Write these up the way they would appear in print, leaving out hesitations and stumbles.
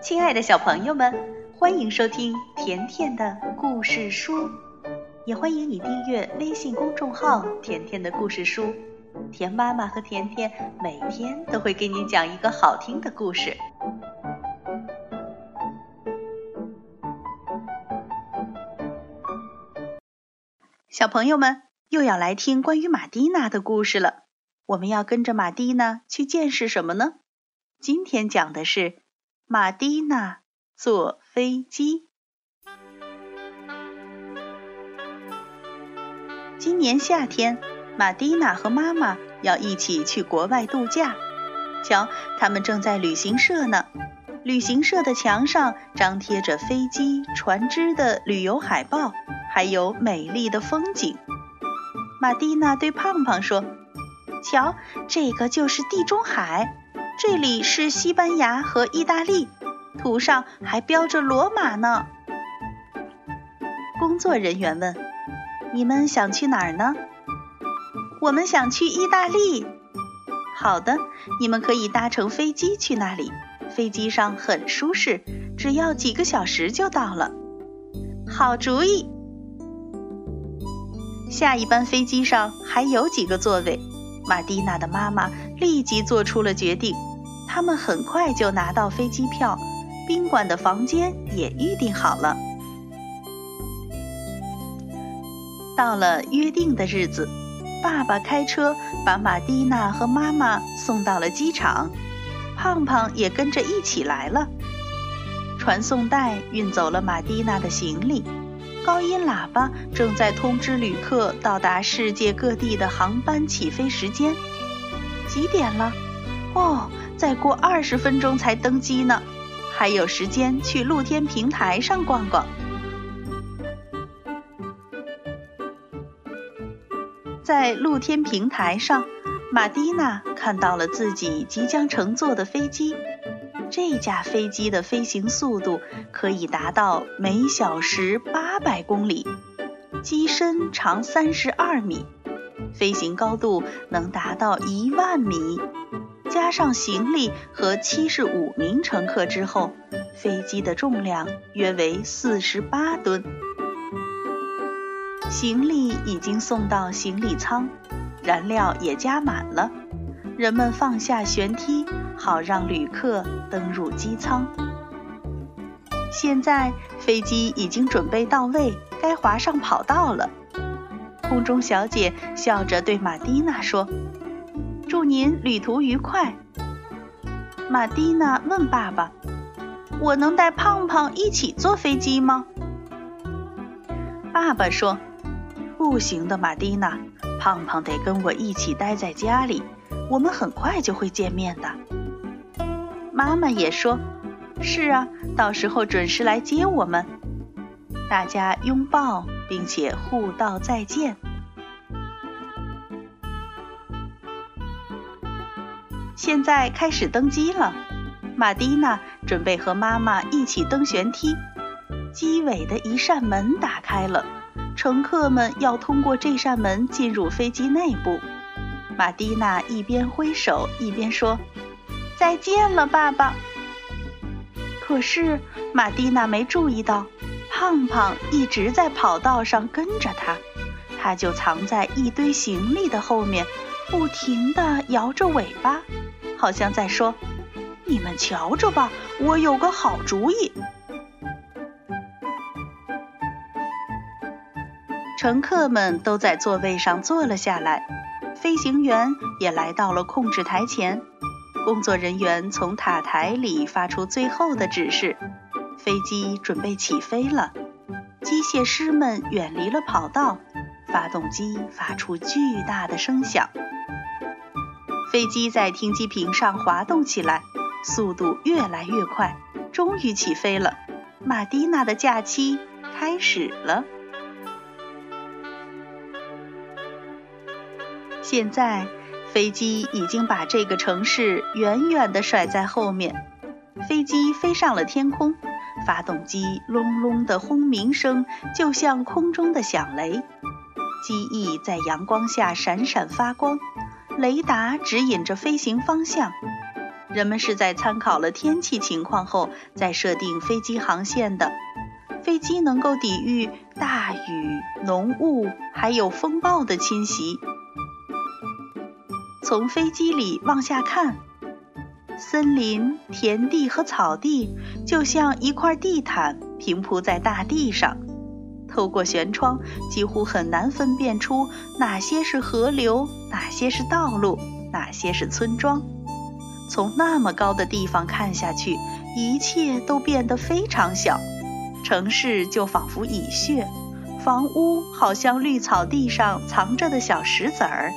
亲爱的小朋友们，欢迎收听甜甜的故事书，也欢迎你订阅微信公众号甜甜的故事书。甜妈妈和甜甜每天都会给你讲一个好听的故事。小朋友们，又要来听关于马蒂娜的故事了。我们要跟着马蒂娜去见识什么呢？今天讲的是马蒂娜坐飞机。今年夏天，马蒂娜和妈妈要一起去国外度假。瞧，他们正在旅行社呢。旅行社的墙上张贴着飞机、船只的旅游海报，还有美丽的风景。马蒂娜对胖胖说：“瞧，这个就是地中海，这里是西班牙和意大利，图上还标着罗马呢。”工作人员问：“你们想去哪儿呢？”“我们想去意大利。”“好的，你们可以搭乘飞机去那里，飞机上很舒适，只要几个小时就到了。”“好主意。”下一班飞机上还有几个座位，马蒂娜的妈妈立即做出了决定。他们很快就拿到飞机票，宾馆的房间也预订好了。到了约定的日子，爸爸开车把马蒂娜和妈妈送到了机场，胖胖也跟着一起来了。传送带运走了马蒂娜的行李，高音喇叭正在通知旅客到达世界各地的航班起飞时间。几点了？哦，再过20分钟才登机呢，还有时间去露天平台上逛逛。在露天平台上，马蒂娜看到了自己即将乘坐的飞机。这架飞机的飞行速度可以达到每小时800公里，机身长32米，飞行高度能达到10000米。加上行李和75名乘客之后，飞机的重量约为48吨。行李已经送到行李舱，燃料也加满了，人们放下舷梯，好让旅客登入机舱。现在飞机已经准备到位，该滑上跑道了。空中小姐笑着对马蒂娜说：“祝您旅途愉快。”马蒂娜问爸爸：“我能带胖胖一起坐飞机吗？”爸爸说：“不行的，马蒂娜，胖胖得跟我一起待在家里，我们很快就会见面的。”妈妈也说：“是啊，到时候准时来接我们。”大家拥抱并且互道再见。现在开始登机了，马蒂娜准备和妈妈一起登舷梯。机尾的一扇门打开了，乘客们要通过这扇门进入飞机内部。马蒂娜一边挥手一边说：“再见了，爸爸。”可是马蒂娜没注意到，胖胖一直在跑道上跟着她，他就藏在一堆行李的后面，不停地摇着尾巴，好像在说：“你们瞧着吧，我有个好主意。”乘客们都在座位上坐了下来，飞行员也来到了控制台前。工作人员从塔台里发出最后的指示，飞机准备起飞了。机械师们远离了跑道，发动机发出巨大的声响。飞机在停机坪上滑动起来，速度越来越快，终于起飞了。马蒂娜的假期开始了。现在飞机已经把这个城市远远地甩在后面，飞机飞上了天空，发动机隆隆的轰鸣声就像空中的响雷，机翼在阳光下闪闪发光，雷达指引着飞行方向。 人们是在参考了天气情况后再设定飞机航线的。飞机能够抵御大雨、浓雾还有风暴的侵袭。从飞机里往下看，森林、田地和草地就像一块地毯平铺在大地上。透过舷窗，几乎很难分辨出哪些是河流，哪些是道路，哪些是村庄。从那么高的地方看下去，一切都变得非常小，城市就仿佛蚁穴，房屋好像绿草地上藏着的小石子儿。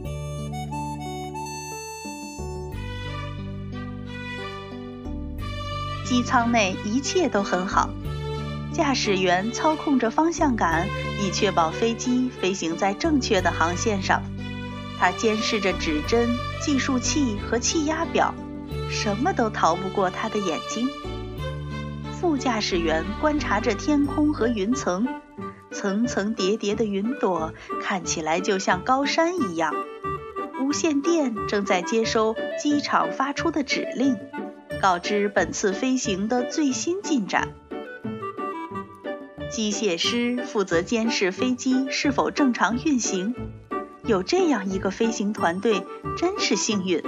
机舱内一切都很好，驾驶员操控着方向杆，以确保飞机飞行在正确的航线上。他监视着指针、计数器和气压表，什么都逃不过他的眼睛。副驾驶员观察着天空和云层，层层叠叠的云朵看起来就像高山一样。无线电正在接收机场发出的指令，告知本次飞行的最新进展。机械师负责监视飞机是否正常运行。有这样一个飞行团队真是幸运。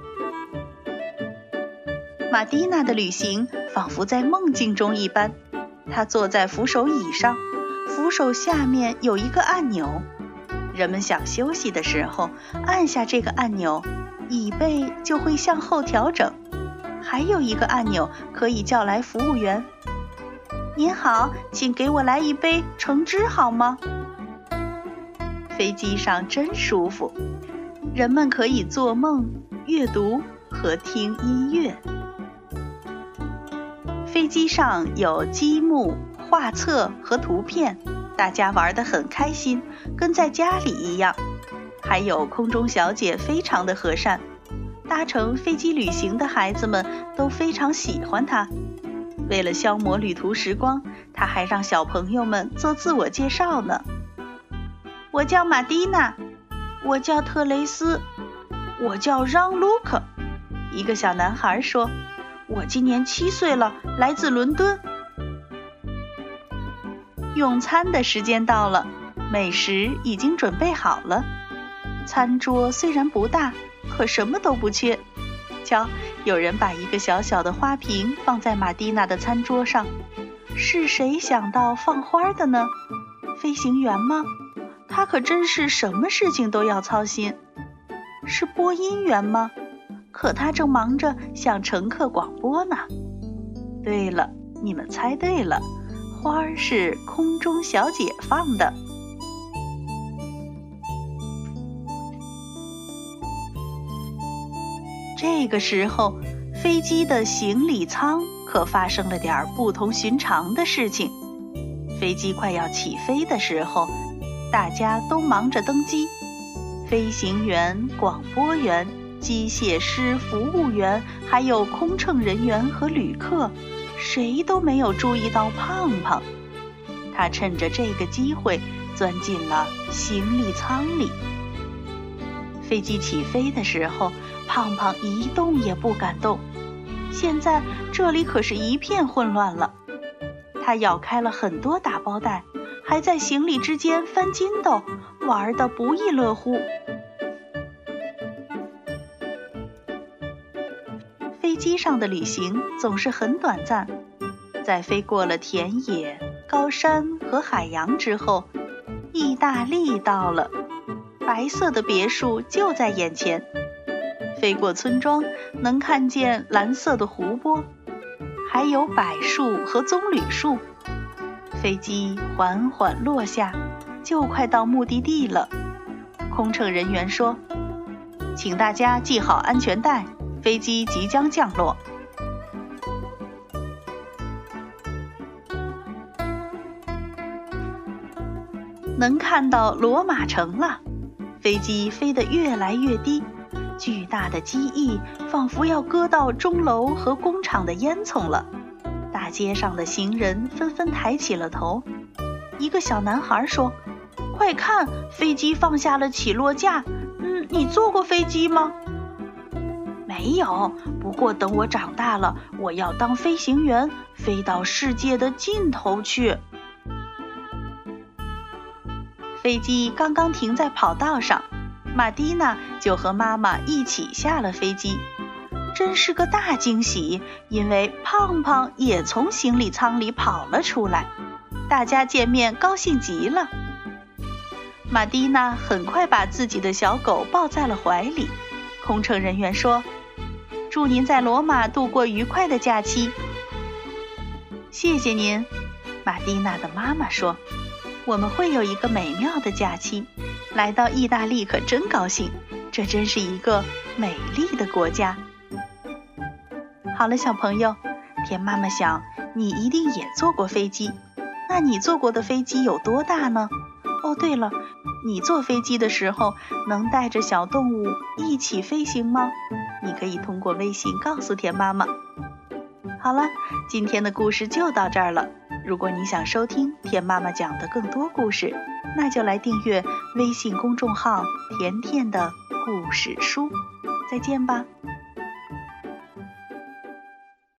马蒂娜的旅行仿佛在梦境中一般，她坐在扶手椅上，扶手下面有一个按钮，人们想休息的时候按下这个按钮，椅背就会向后调整。还有一个按钮可以叫来服务员。您好，请给我来一杯橙汁好吗？飞机上真舒服，人们可以做梦、阅读和听音乐。飞机上有积木、画册和图片，大家玩得很开心，跟在家里一样。还有空中小姐非常的和善，搭乘飞机旅行的孩子们都非常喜欢她。为了消磨旅途时光，她还让小朋友们做自我介绍呢。我叫马蒂娜，我叫特雷斯，我叫让·卢克。一个小男孩说，我今年7岁了，来自伦敦。用餐的时间到了，美食已经准备好了。餐桌虽然不大，可什么都不缺。瞧，有人把一个小小的花瓶放在马蒂娜的餐桌上。是谁想到放花的呢？飞行员吗？他可真是什么事情都要操心。是播音员吗？可他正忙着向乘客广播呢。对了，你们猜对了，花儿是空中小姐放的。这个时候，飞机的行李舱可发生了点不同寻常的事情。飞机快要起飞的时候，大家都忙着登机，飞行员、广播员、机械师、服务员，还有空乘人员和旅客，谁都没有注意到胖胖。他趁着这个机会钻进了行李舱里。飞机起飞的时候，胖胖一动也不敢动。现在这里可是一片混乱了。他咬开了很多打包袋，还在行李之间翻筋斗，玩得不亦乐乎。飞机上的旅行总是很短暂，在飞过了田野、高山和海洋之后，意大利到了。白色的别墅就在眼前，飞过村庄，能看见蓝色的湖泊，还有柏树和棕榈树。飞机缓缓落下，就快到目的地了。空乘人员说，请大家系好安全带，飞机即将降落。能看到罗马城了。飞机飞得越来越低，巨大的机翼仿佛要搁到钟楼和工厂的烟囱了。大街上的行人纷纷抬起了头。一个小男孩说，快看，飞机放下了起落架。你坐过飞机吗？ 没有，不过等我长大了，我要当飞行员，飞到世界的尽头去。飞机刚刚停在跑道上，马蒂娜就和妈妈一起下了飞机。真是个大惊喜，因为胖胖也从行李舱里跑了出来，大家见面高兴极了。马蒂娜很快把自己的小狗抱在了怀里。空乘人员说：“祝您在罗马度过愉快的假期。”谢谢您，马蒂娜的妈妈说：“我们会有一个美妙的假期，来到意大利可真高兴，这真是一个美丽的国家。”好了，小朋友，田妈妈想你一定也坐过飞机，那你坐过的飞机有多大呢？哦，对了，你坐飞机的时候能带着小动物一起飞行吗？你可以通过微信告诉田妈妈。好了，今天的故事就到这儿了。如果你想收听田妈妈讲的更多故事，那就来订阅微信公众号甜甜的故事书。再见吧。